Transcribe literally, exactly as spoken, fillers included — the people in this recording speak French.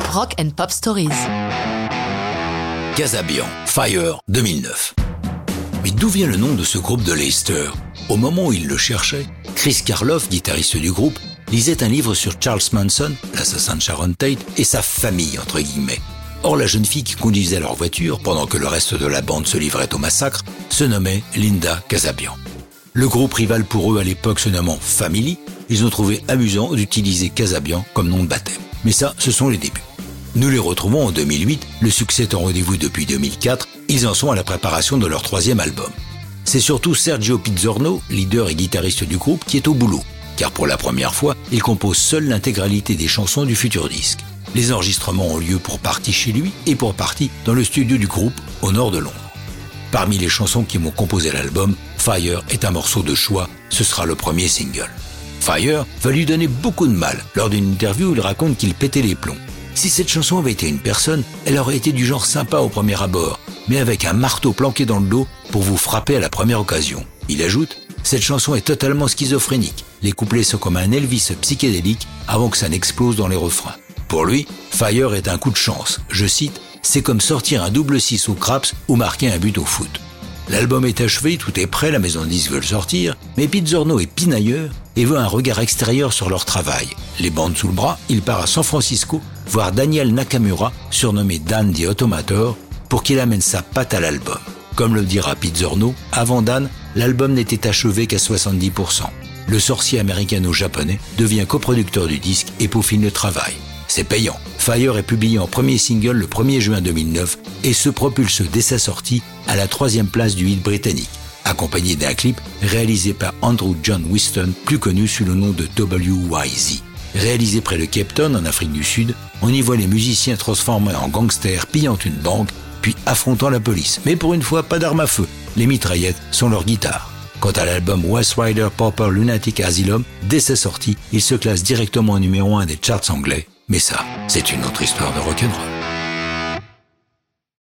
Rock and Pop Stories. Kasabian, Fire, deux mille neuf. Mais d'où vient le nom de ce groupe de Leicester ? Au moment où il le cherchait, Chris Karloff, guitariste du groupe, lisait un livre sur Charles Manson, l'assassin de Sharon Tate, et sa famille, entre guillemets. Or, la jeune fille qui conduisait leur voiture, pendant que le reste de la bande se livrait au massacre, se nommait Linda Kasabian. Le groupe rival pour eux à l'époque se nommant Family, ils ont trouvé amusant d'utiliser Kasabian comme nom de baptême. Mais ça, ce sont les débuts. Nous les retrouvons en deux mille huit, le succès est en rendez-vous depuis deux mille quatre, ils en sont à la préparation de leur troisième album. C'est surtout Sergio Pizzorno, leader et guitariste du groupe, qui est au boulot, car pour la première fois, il compose seul l'intégralité des chansons du futur disque. Les enregistrements ont lieu pour partie chez lui et pour partie dans le studio du groupe, au nord de Londres. Parmi les chansons qui vont composer l'album, Fire est un morceau de choix, ce sera le premier single. Fire va lui donner beaucoup de mal. Lors d'une interview, il raconte qu'il pétait les plombs. Si cette chanson avait été une personne, elle aurait été du genre sympa au premier abord, mais avec un marteau planqué dans le dos pour vous frapper à la première occasion. Il ajoute, cette chanson est totalement schizophrénique. Les couplets sont comme un Elvis psychédélique avant que ça n'explose dans les refrains. Pour lui, Fire est un coup de chance. Je cite, c'est comme sortir un double six au craps ou marquer un but au foot. L'album est achevé, tout est prêt, la maison de disques veut le sortir, mais Pizzorno est pinailleur et veut un regard extérieur sur leur travail. Les bandes sous le bras, il part à San Francisco voir Daniel Nakamura, surnommé Dan the Automator, pour qu'il amène sa patte à l'album. Comme le dira Pizzorno, avant Dan, l'album n'était achevé qu'à soixante-dix pour cent. Le sorcier américano-japonais devient coproducteur du disque et peaufine le travail. C'est payant. Fire est publié en premier single le premier juin deux mille neuf et se propulse dès sa sortie à la troisième place du hit britannique, accompagné d'un clip réalisé par Andrew John Whiston, plus connu sous le nom de W Y Z. Réalisé près de Cape Town en Afrique du Sud, on y voit les musiciens transformés en gangsters pillant une banque, puis affrontant la police. Mais pour une fois, pas d'armes à feu, les mitraillettes sont leur guitare. Quant à l'album West Rider Pauper Lunatic Asylum, dès sa sortie, il se classe directement au numéro un des charts anglais. Mais ça, c'est une autre histoire de rock'n'roll.